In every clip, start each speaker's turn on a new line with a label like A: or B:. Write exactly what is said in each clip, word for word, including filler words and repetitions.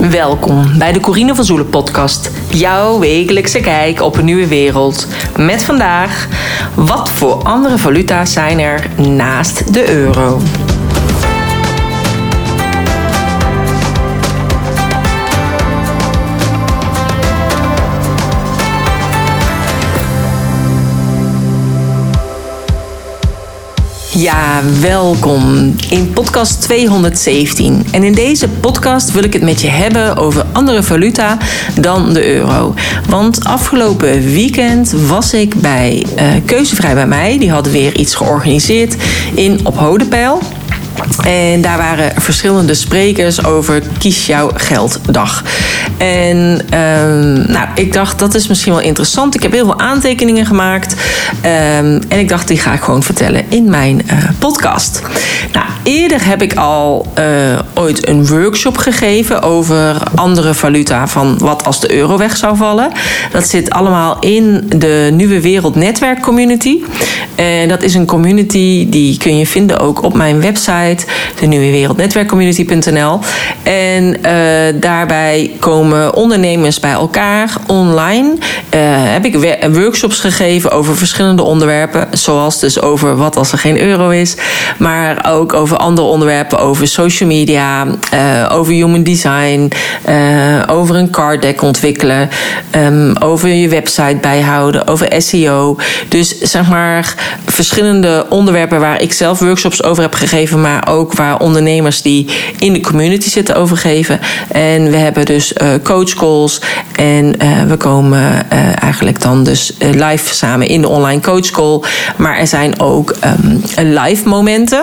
A: Welkom bij de Corine van Zoelen podcast. Jouw wekelijkse kijk op een nieuwe wereld. Met vandaag, wat voor andere valuta's zijn er naast de euro? Ja, welkom in podcast tweehonderdzeventien. En in deze podcast wil ik het met je hebben over andere valuta dan de euro. Want afgelopen weekend was ik bij uh, Keuzevrij bij mij. Die hadden weer iets georganiseerd in Op Hodenpeil. En daar waren verschillende sprekers over Kies Jouw Gelddag. En um, nou, ik dacht, dat is misschien wel interessant. Ik heb heel veel aantekeningen gemaakt. Um, en ik dacht, die ga ik gewoon vertellen in mijn uh, podcast. Nou, eerder heb ik al uh, ooit een workshop gegeven over andere valuta van wat als de euro weg zou vallen. Dat zit allemaal in de Nieuwe Wereld Netwerk Community. En dat is een community die kun je vinden ook op mijn website, de nieuwe wereld netwerk community punt n l. En uh, daarbij komen ondernemers bij elkaar online. Uh, heb ik we- workshops gegeven over verschillende onderwerpen, zoals dus over wat als er geen euro is, maar ook over andere onderwerpen, over social media, uh, over human design, uh, over een card deck ontwikkelen, um, over je website bijhouden, over S E O. Dus zeg maar verschillende onderwerpen waar ik zelf workshops over heb gegeven, maar ook waar ondernemers die in de community zitten over geven. En we hebben dus uh, coachcalls en uh, we komen uh, eigenlijk dan dus uh, live samen in de online coachcall. Maar er zijn ook um, live momenten.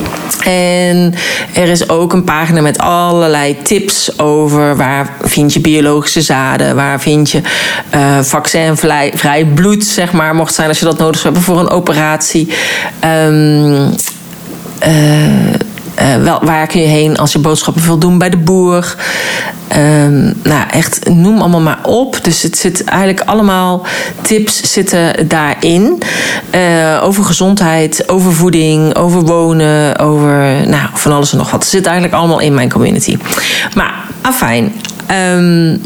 A: En er is ook een pagina met allerlei tips over waar vind je biologische zaden, waar vind je uh, vaccinvrij bloed, zeg maar, mocht zijn als je dat nodig hebt voor een operatie. Um, uh, Uh, wel, waar kun je heen als je boodschappen wilt doen bij de boer? Um, nou, echt, noem allemaal maar op. Dus het zit eigenlijk allemaal tips zitten daarin. Uh, over gezondheid, over voeding, over wonen, over nou, van alles en nog wat. Het zit eigenlijk allemaal in mijn community. Maar, afijn. Um,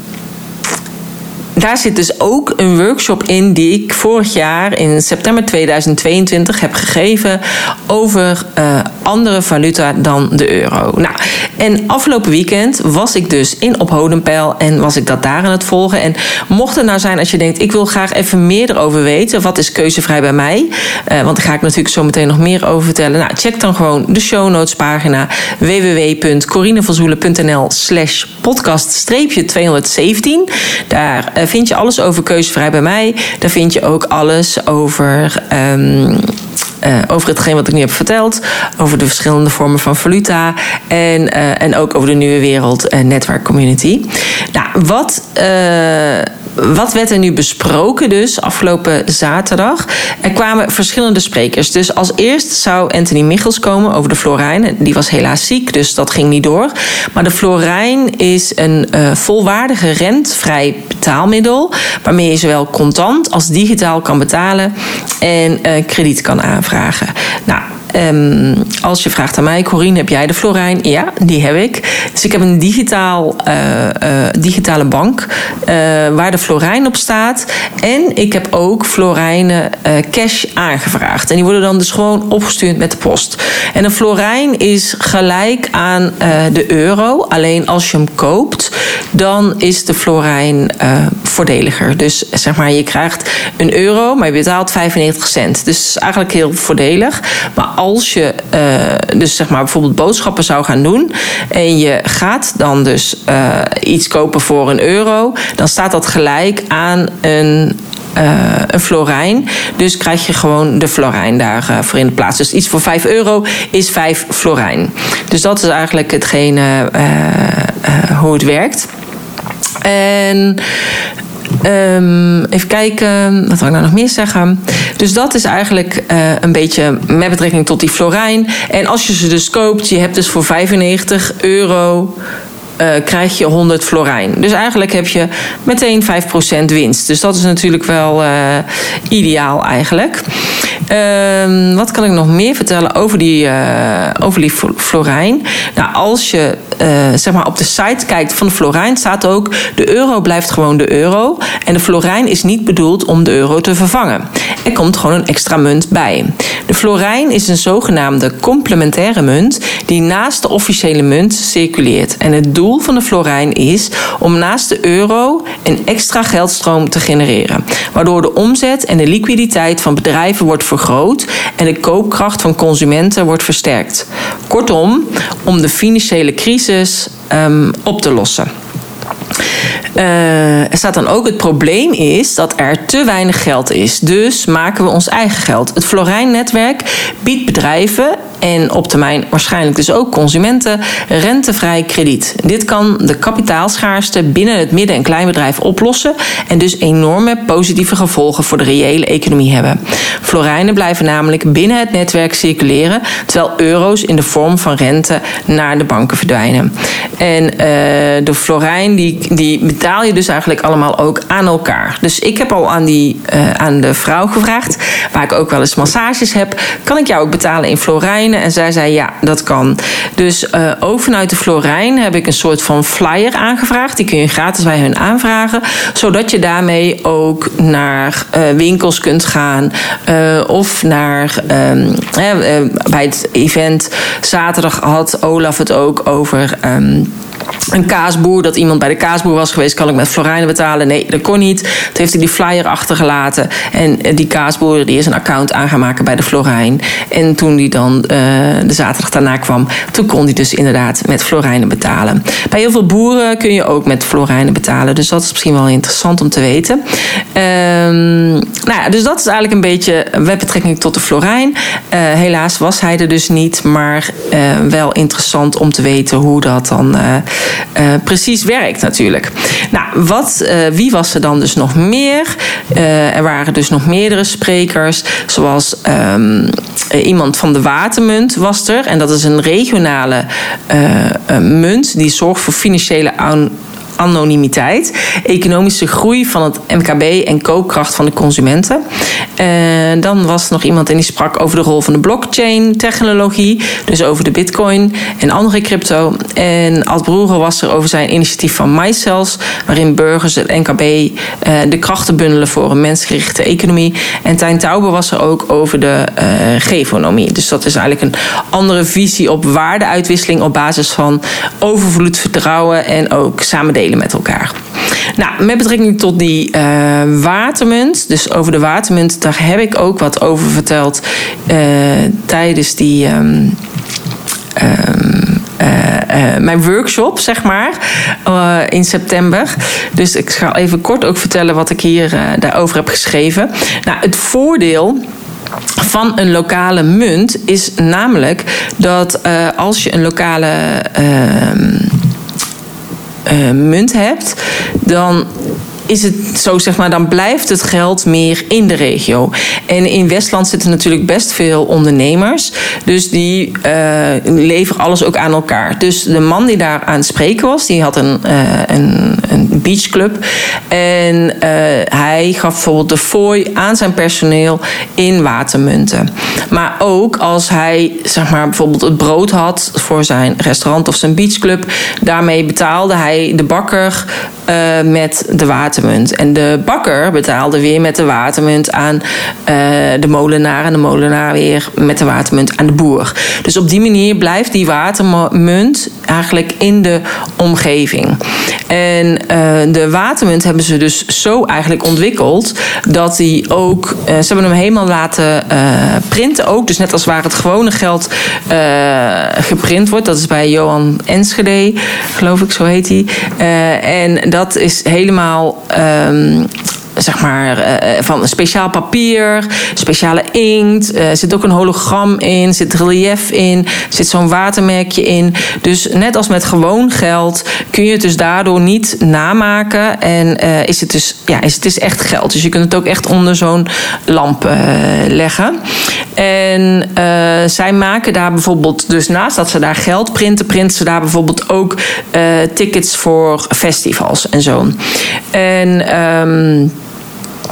A: Daar zit dus ook een workshop in die ik vorig jaar in september tweeduizend tweeëntwintig heb gegeven over uh, andere valuta dan de euro. Nou, en afgelopen weekend was ik dus in Op Hodenpeil en was ik dat daar aan het volgen. En mocht het nou zijn als je denkt, ik wil graag even meer erover weten, wat is Keuzevrij bij mij? Uh, want daar ga ik natuurlijk zo meteen nog meer over vertellen. Nou, check dan gewoon de show notes pagina w w w punt corine van zoelen punt n l slash podcast tweehonderdzeventien. Daar uh, vind je alles over Keuzevrij bij mij. Daar vind je ook alles over, um, uh, over hetgeen wat ik nu heb verteld. Over de verschillende vormen van valuta. En, uh, en ook over de Nieuwe Wereld uh, Netwerk Community. Nou, wat... Uh, Wat werd er nu besproken dus afgelopen zaterdag? Er kwamen verschillende sprekers. Dus als eerst zou Anthony Michels komen over de florijn. Die was helaas ziek, dus dat ging niet door. Maar de florijn is een uh, volwaardige rentvrij betaalmiddel, waarmee je zowel contant als digitaal kan betalen en uh, krediet kan aanvragen. Nou, Um, als je vraagt aan mij, Corine, heb jij de florijn? Ja, die heb ik. Dus ik heb een digitaal, uh, uh, digitale bank uh, waar de florijn op staat. En ik heb ook florijnen uh, cash aangevraagd. En die worden dan dus gewoon opgestuurd met de post. En een florijn is gelijk aan uh, de euro. Alleen als je hem koopt, dan is de florijn uh, voordeliger. Dus zeg maar, je krijgt een euro, maar je betaalt vijfennegentig cent. Dus het is eigenlijk heel voordelig. Maar als je uh, dus zeg maar bijvoorbeeld boodschappen zou gaan doen en je gaat dan dus uh, iets kopen voor een euro, dan staat dat gelijk aan een Uh, een florijn. Dus krijg je gewoon de florijn daarvoor uh, in de plaats. Dus iets voor vijf euro is vijf florijn. Dus dat is eigenlijk hetgene uh, uh, hoe het werkt. En Um, even kijken, wat wil ik nou nog meer zeggen? Dus dat is eigenlijk uh, een beetje met betrekking tot die florijn. En als je ze dus koopt, je hebt dus voor vijfennegentig euro... Uh, krijg je honderd florijn. Dus eigenlijk heb je meteen vijf procent winst. Dus dat is natuurlijk wel uh, ideaal eigenlijk. Uh, wat kan ik nog meer vertellen over die, uh, over die florijn? Nou, als je uh, zeg maar op de site kijkt van de florijn, staat ook: de euro blijft gewoon de euro. En de florijn is niet bedoeld om de euro te vervangen. Er komt gewoon een extra munt bij. De florijn is een zogenaamde complementaire munt die naast de officiële munt circuleert. En het doel van de florijn is om naast de euro een extra geldstroom te genereren, waardoor de omzet en de liquiditeit van bedrijven wordt vergroot en de koopkracht van consumenten wordt versterkt. Kortom, om de financiële crisis um, op te lossen. Uh, er staat dan ook: het probleem is dat er te weinig geld is. Dus maken we ons eigen geld. Het Florijn-netwerk biedt bedrijven en op termijn waarschijnlijk dus ook consumenten rentevrij krediet. Dit kan de kapitaalschaarste binnen het midden- en kleinbedrijf oplossen en dus enorme positieve gevolgen voor de reële economie hebben. Florijnen blijven namelijk binnen het netwerk circuleren, terwijl euro's in de vorm van rente naar de banken verdwijnen. En uh, de florijn die, die betaal je dus eigenlijk allemaal ook aan elkaar. Dus ik heb al aan, die, uh, aan de vrouw gevraagd, waar ik ook wel eens massages heb: kan ik jou ook betalen in florijnen? En zij zei ja, dat kan. Dus uh, ook vanuit de florijn heb ik een soort van flyer aangevraagd. Die kun je gratis bij hun aanvragen, zodat je daarmee ook naar uh, winkels kunt gaan uh, of naar um, uh, uh, bij het event zaterdag had Olaf het ook over Um, een kaasboer, dat iemand bij de kaasboer was geweest: kan ik met florijnen betalen? Nee, dat kon niet. Toen heeft hij die flyer achtergelaten. En die kaasboer die is een account aan gaan maken bij de florijn. En toen die dan uh, de zaterdag daarna kwam, toen kon hij dus inderdaad met florijnen betalen. Bij heel veel boeren kun je ook met florijnen betalen. Dus dat is misschien wel interessant om te weten. Um, nou ja, dus dat is eigenlijk een beetje met betrekking tot de florijn. Uh, helaas was hij er dus niet, maar uh, wel interessant om te weten hoe dat dan Uh, Uh, precies werkt natuurlijk. Nou, wat, uh, wie was er dan dus nog meer? Uh, er waren dus nog meerdere sprekers, zoals um, uh, iemand van de Watermunt was er. En dat is een regionale uh, uh, munt die zorgt voor financiële aan anonimiteit, economische groei van het M K B en koopkracht van de consumenten. Uh, dan was er nog iemand en die sprak over de rol van de blockchain-technologie, dus over de bitcoin en andere crypto. En Ad Broeren was er over zijn initiatief van MyCells, waarin burgers het M K B uh, de krachten bundelen voor een mensgerichte economie. En Tijn Taube was er ook over de uh, gevonomie. Dus dat is eigenlijk een andere visie op waardeuitwisseling op basis van overvloed, vertrouwen en ook samen delen met elkaar. Nou, met betrekking tot die uh, watermunt, dus over de watermunt, daar heb ik ook wat over verteld uh, tijdens die Um, um, Uh, uh, mijn workshop, zeg maar, uh, in september. Dus ik ga even kort ook vertellen wat ik hier uh, daarover heb geschreven. Nou, het voordeel van een lokale munt is namelijk dat uh, als je een lokale Uh, Uh, munt hebt, dan is het zo, zeg maar, dan blijft het geld meer in de regio. En in Westland zitten natuurlijk best veel ondernemers. Dus die uh, leveren alles ook aan elkaar. Dus de man die daar aan het spreken was, die had een, uh, een, een beachclub. En uh, hij gaf bijvoorbeeld de fooi aan zijn personeel in watermunten. Maar ook als hij, zeg maar, bijvoorbeeld het brood had voor zijn restaurant of zijn beachclub, daarmee betaalde hij de bakker uh, met de watermunt. En de bakker betaalde weer met de watermunt aan uh, de molenaar. En de molenaar weer met de watermunt aan de boer. Dus op die manier blijft die watermunt eigenlijk in de omgeving. En uh, de watermunt hebben ze dus zo eigenlijk ontwikkeld dat die ook, uh, ze hebben hem helemaal laten uh, printen ook. Dus net als waar het gewone geld uh, geprint wordt. Dat is bij Johan Enschede, geloof ik, zo heet hij. Uh, en dat is helemaal Um, zeg maar, uh, van speciaal papier, speciale inkt. Er uh, zit ook een hologram in, zit relief in, zit zo'n watermerkje in. Dus net als met gewoon geld kun je het dus daardoor niet namaken. En uh, is het dus, ja, is het dus echt geld. Dus je kunt het ook echt onder zo'n lamp uh, leggen. En uh, zij maken daar bijvoorbeeld, dus naast dat ze daar geld printen, printen ze daar bijvoorbeeld ook uh, tickets voor festivals en zo. En Um,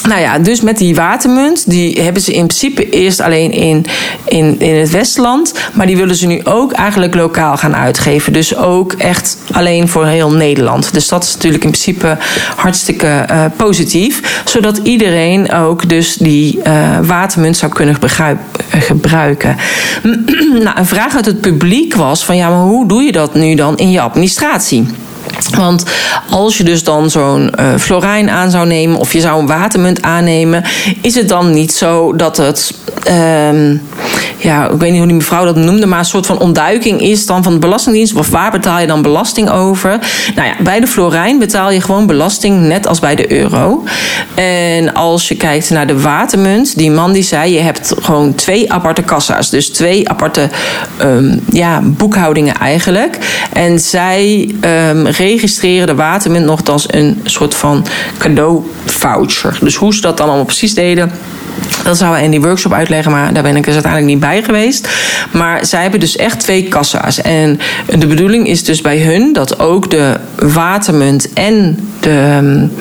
A: Nou ja, dus met die watermunt, die hebben ze in principe eerst alleen in, in, in het Westland. Maar die willen ze nu ook eigenlijk lokaal gaan uitgeven. Dus ook echt alleen voor heel Nederland. Dus dat is natuurlijk in principe hartstikke uh, positief. Zodat iedereen ook dus die uh, watermunt zou kunnen gebruiken. Nou, een vraag uit het publiek was van ja, maar hoe doe je dat nu dan in je administratie? Want als je dus dan zo'n uh, florijn aan zou nemen of je zou een watermunt aannemen, is het dan niet zo dat het, uh, ja, ik weet niet hoe die mevrouw dat noemde, maar een soort van ontduiking is dan van de Belastingdienst? Of waar betaal je dan belasting over? Nou ja, bij de florijn betaal je gewoon belasting net als bij de euro. En als je kijkt naar de watermunt, die man die zei, je hebt gewoon twee aparte kassa's. Dus twee aparte um, ja, boekhoudingen eigenlijk. En zij um, registreren de watermunt nog als een soort van cadeauvoucher. Dus hoe ze dat dan allemaal precies deden, dat zouden we in die workshop uitleggen, maar daar ben ik dus uiteindelijk niet bij geweest. Maar zij hebben dus echt twee kassa's. En de bedoeling is dus bij hun dat ook de watermunt en de,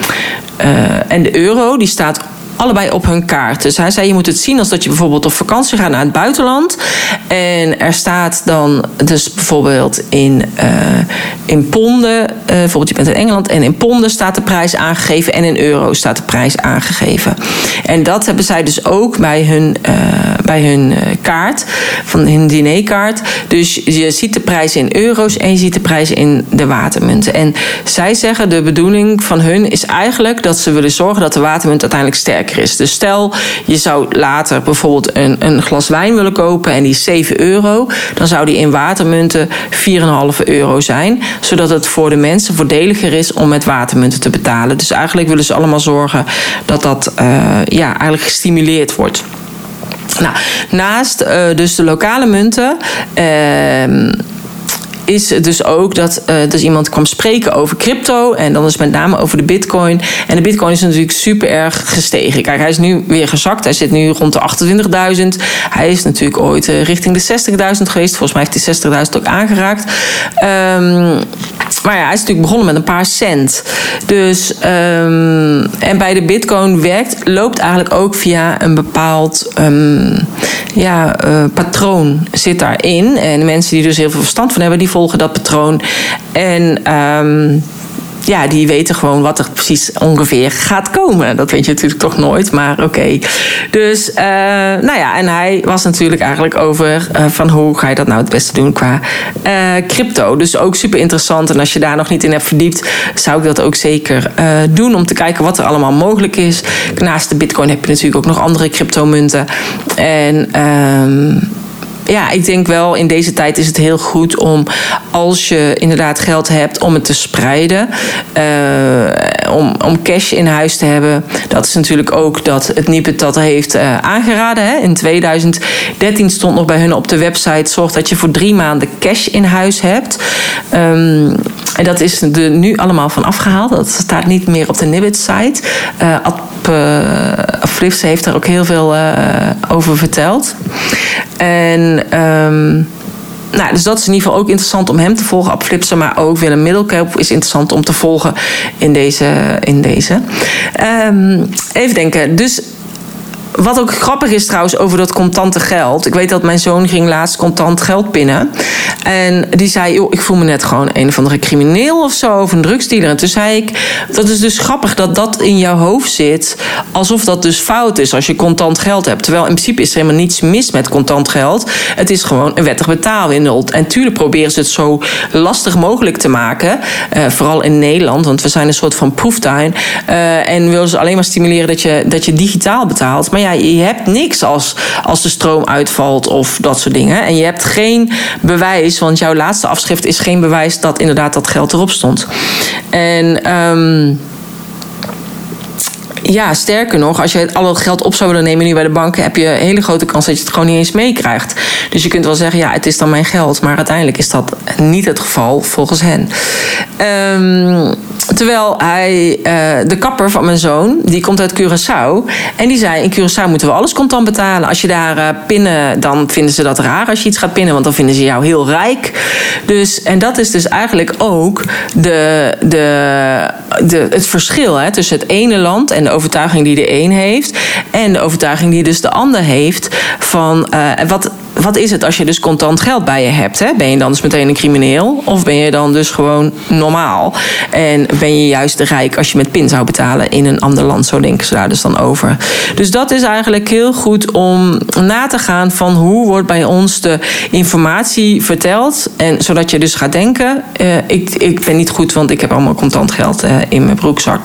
A: uh, en de euro, die staat allebei op hun kaart. Dus hij zei, je moet het zien als dat je bijvoorbeeld op vakantie gaat naar het buitenland. En er staat dan dus bijvoorbeeld in, uh, in ponden. Uh, bijvoorbeeld je bent in Engeland en in ponden staat de prijs aangegeven. En in euro staat de prijs aangegeven. En dat hebben zij dus ook bij hun, uh, bij hun uh, kaart. Van hun dinerkaart. Dus je ziet de prijs in euro's en je ziet de prijs in de watermunten. En zij zeggen, de bedoeling van hun is eigenlijk dat ze willen zorgen dat de watermunt uiteindelijk sterker is. Dus stel, je zou later bijvoorbeeld een, een glas wijn willen kopen en die is zeven euro. Dan zou die in watermunten vier komma vijf euro zijn. Zodat het voor de mensen voordeliger is om met watermunten te betalen. Dus eigenlijk willen ze allemaal zorgen dat dat uh, ja, eigenlijk gestimuleerd wordt. Nou, naast uh, dus de lokale munten Uh, is dus ook dat uh, dus iemand kwam spreken over crypto. En dan is met name over de bitcoin. En de bitcoin is natuurlijk super erg gestegen. Kijk, hij is nu weer gezakt. Hij zit nu rond de achtentwintigduizend. Hij is natuurlijk ooit uh, richting de zestigduizend geweest. Volgens mij heeft hij zestigduizend ook aangeraakt. Um, maar ja, hij is natuurlijk begonnen met een paar cent. Dus, um, en bij de bitcoin werkt, loopt eigenlijk ook via een bepaald um, ja, uh, patroon zit daarin. En de mensen die dus heel veel verstand van hebben, die volgen dat patroon. En um, ja, die weten gewoon wat er precies ongeveer gaat komen. Dat weet je natuurlijk toch nooit, maar oké. Okay. Dus, uh, nou ja, en hij was natuurlijk eigenlijk over uh, van hoe ga je dat nou het beste doen qua uh, crypto. Dus ook super interessant. En als je daar nog niet in hebt verdiept, zou ik dat ook zeker uh, doen om te kijken wat er allemaal mogelijk is. Naast de bitcoin heb je natuurlijk ook nog andere cryptomunten. En Um, ja, ik denk wel in deze tijd is het heel goed om, als je inderdaad geld hebt, om het te spreiden. Uh, om, om cash in huis te hebben. Dat is natuurlijk ook dat het Nibud dat heeft uh, aangeraden. Hè. In tweeduizend dertien stond nog bij hun op de website, zorg dat je voor drie maanden cash in huis hebt. Um, en dat is er nu allemaal van afgehaald. Dat staat niet meer op de Nibud site. Uh, Ad uh, Flifse heeft daar ook heel veel uh, over verteld. En Um, nou, dus dat is in ieder geval ook interessant om hem te volgen, Ab Flipse, maar ook Willem Middelkoop is interessant om te volgen in deze. In deze. Um, even denken. Dus wat ook grappig is trouwens over dat contante geld. Ik weet dat mijn zoon ging laatst contant geld pinnen. En die zei, joh, ik voel me net gewoon een of andere crimineel of zo. Of een drugsdealer. En toen zei ik, dat is dus grappig dat dat in jouw hoofd zit. Alsof dat dus fout is als je contant geld hebt. Terwijl in principe is er helemaal niets mis met contant geld. Het is gewoon een wettig betaalmiddel. En tuurlijk proberen ze het zo lastig mogelijk te maken. Uh, vooral in Nederland, want we zijn een soort van proeftuin. Uh, en willen ze alleen maar stimuleren dat je, dat je digitaal betaalt. Maar ja, je hebt niks als, als de stroom uitvalt of dat soort dingen. En je hebt geen bewijs, want jouw laatste afschrift is geen bewijs dat inderdaad dat geld erop stond. En Um, ja, sterker nog, als je al dat geld op zou willen nemen nu bij de banken, heb je een hele grote kans dat je het gewoon niet eens meekrijgt. Dus je kunt wel zeggen, ja, het is dan mijn geld. Maar uiteindelijk is dat niet het geval volgens hen. Um, Terwijl hij, uh, de kapper van mijn zoon, die komt uit Curaçao. En die zei, in Curaçao moeten we alles contant betalen. Als je daar uh, pinnen, dan vinden ze dat raar als je iets gaat pinnen. Want dan vinden ze jou heel rijk. Dus, en dat is dus eigenlijk ook de, de, de, het verschil hè, tussen het ene land en de overtuiging die de een heeft. En de overtuiging die dus de ander heeft van uh, wat... Wat is het als je dus contant geld bij je hebt? Hè? Ben je dan dus meteen een crimineel? Of ben je dan dus gewoon normaal? En ben je juist rijk als je met pin zou betalen in een ander land? Zo denken ze daar dus dan over. Dus dat is eigenlijk heel goed om na te gaan van hoe wordt bij ons de informatie verteld. En zodat je dus gaat denken, uh, ik, ik ben niet goed, want ik heb allemaal contant geld uh, in mijn broekzak.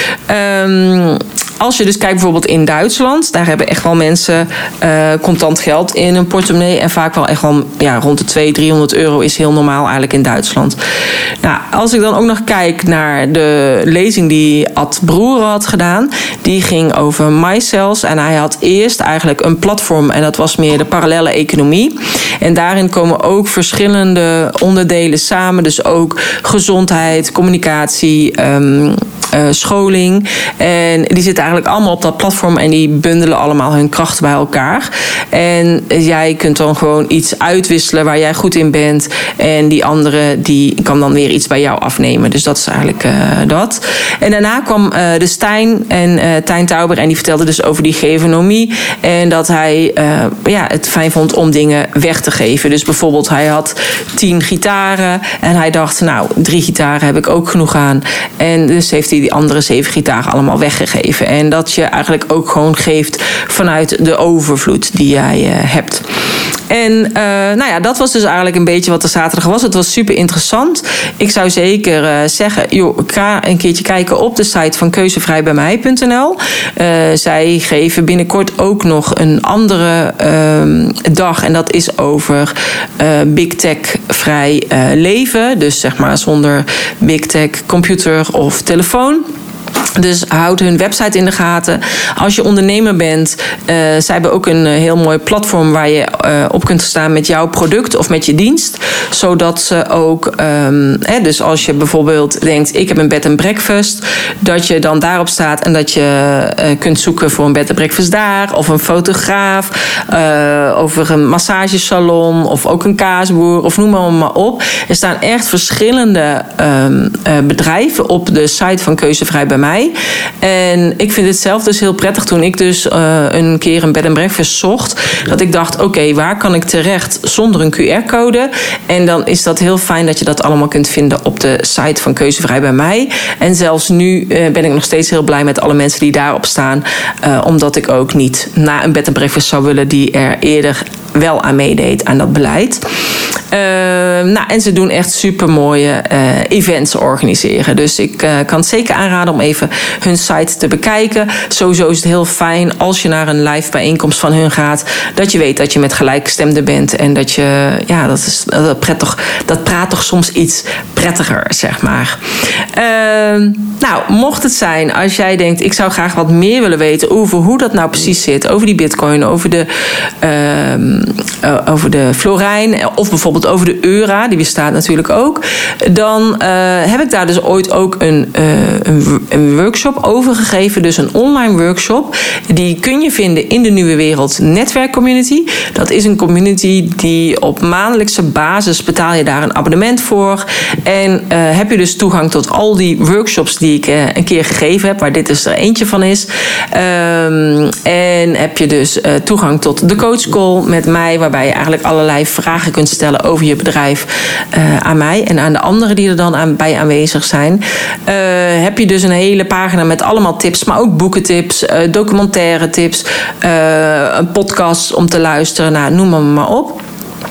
A: Um, Als je dus kijkt bijvoorbeeld in Duitsland, daar hebben echt wel mensen uh, contant geld in hun portemonnee. En vaak wel echt wel ja, rond de tweehonderd, driehonderd euro is heel normaal eigenlijk in Duitsland. Nou, als ik dan ook nog kijk naar de lezing die Ad Broer had gedaan. Die ging over MyCells. En hij had eerst eigenlijk een platform en dat was meer de parallelle economie. En daarin komen ook verschillende onderdelen samen. Dus ook gezondheid, communicatie, um, uh, scholing. En die zitten eigenlijk allemaal op dat platform en die bundelen allemaal hun krachten bij elkaar. En jij kunt dan gewoon iets uitwisselen waar jij goed in bent. En die andere die kan dan weer iets bij jou afnemen. Dus dat is eigenlijk uh, dat. En daarna kwam uh, de Stijn en uh, Tijn Tauber en die vertelde dus over die geonomie. En dat hij uh, ja, het fijn vond om dingen weg te geven. Dus bijvoorbeeld hij had tien gitaren en hij dacht, nou, drie gitaren heb ik ook genoeg aan. En dus heeft hij die andere zeven gitaren allemaal weggegeven. En dat je eigenlijk ook gewoon geeft vanuit de overvloed die jij uh, hebt. En uh, nou ja, dat was dus eigenlijk een beetje wat er zaterdag was. Het was super interessant. Ik zou zeker uh, zeggen, joh, ga een keertje kijken op de site van keuzevrij bij mij punt n l. Uh, zij geven binnenkort ook nog een andere uh, dag. En dat is over uh, big tech vrij uh, leven. Dus zeg maar zonder big tech computer of telefoon. Dus houd hun website in de gaten. Als je ondernemer bent, uh, zij hebben ook een uh, heel mooi platform waar je uh, op kunt staan met jouw product of met je dienst. Zodat ze ook, um, hè, dus als je bijvoorbeeld denkt, ik heb een bed and breakfast, dat je dan daarop staat en dat je uh, kunt zoeken voor een bed and breakfast daar, of een fotograaf, uh, over een massagesalon, of ook een kaasboer, of noem maar, maar op. Er staan echt verschillende um, uh, bedrijven op de site van Keuzevrij bij mij. En ik vind het zelf dus heel prettig toen ik dus uh, een keer een bed and breakfast zocht. Dat ik dacht, oké, okay, waar kan ik terecht zonder een Q R-code? En dan is dat heel fijn dat je dat allemaal kunt vinden op de site van Keuzevrij bij mij. En zelfs nu uh, ben ik nog steeds heel blij met alle mensen die daarop staan. Uh, omdat ik ook niet na een bed and breakfast zou willen die er eerder wel aan meedeed aan dat beleid. Uh, nou, en ze doen echt supermooie uh, events organiseren. Dus ik uh, kan het zeker aanraden om even hun site te bekijken. Sowieso is het heel fijn als je naar een live bijeenkomst van hun gaat, dat je weet dat je met gelijkgestemden bent. En dat je, ja, dat is dat prettig. Dat praat toch soms iets prettiger, zeg maar. Uh, nou, mocht het zijn, als jij denkt, ik zou graag wat meer willen weten over hoe dat nou precies zit, over die bitcoin, over de uh, uh, over de florijn, of bijvoorbeeld over de eura, die bestaat natuurlijk ook, dan uh, heb ik daar dus ooit ook een, uh, een, een workshop over gegeven. Dus een online workshop. Die kun je vinden in de Nieuwe Wereld Netwerkcommunity. Dat is een community die op maandelijkse basis betaal je daar een abonnement voor. En uh, heb je dus toegang tot al die workshops die ik uh, een keer gegeven heb, waar dit dus er eentje van is. Um, en heb je dus uh, toegang tot de coachcall met mij, waarbij je eigenlijk allerlei vragen kunt stellen over je bedrijf uh, aan mij en aan de anderen die er dan aan, bij aanwezig zijn. Uh, heb je dus een hele pagina met allemaal tips, maar ook boekentips, uh, documentaire tips, uh, een podcast om te luisteren, nou, noem maar, maar op.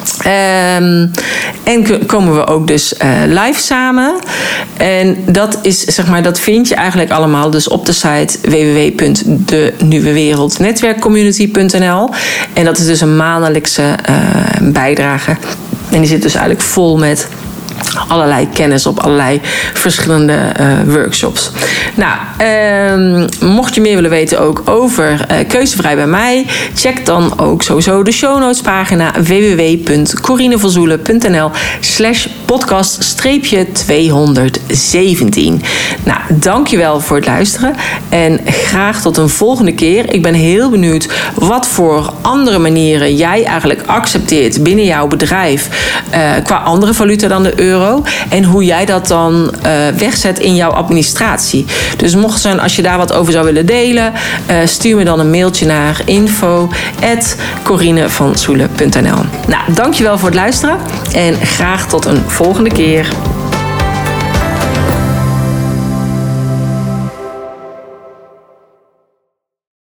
A: Um, en komen we ook dus uh, live samen. En dat is, zeg maar, dat vind je eigenlijk allemaal dus op de site w w w punt de nieuwe wereld netwerkcommunity punt n l. En dat is dus een maandelijkse uh, bijdrage. En die zit dus eigenlijk vol met allerlei kennis op allerlei verschillende uh, workshops. Nou, uh, mocht je meer willen weten ook over uh, Keuzevrij bij mij, check dan ook sowieso de show notes pagina w w w punt corinevanzoelen punt n l slash podcast tweehonderdzeventien. Nou, dankjewel voor het luisteren en graag tot een volgende keer. Ik ben heel benieuwd wat voor andere manieren jij eigenlijk accepteert binnen jouw bedrijf uh, qua andere valuta dan de euro. En hoe jij dat dan uh, wegzet in jouw administratie. Dus mocht het zijn, als je daar wat over zou willen delen, uh, stuur me dan een mailtje naar info at corinevanzoelen punt n l. Nou, dankjewel voor het luisteren en graag tot een volgende keer.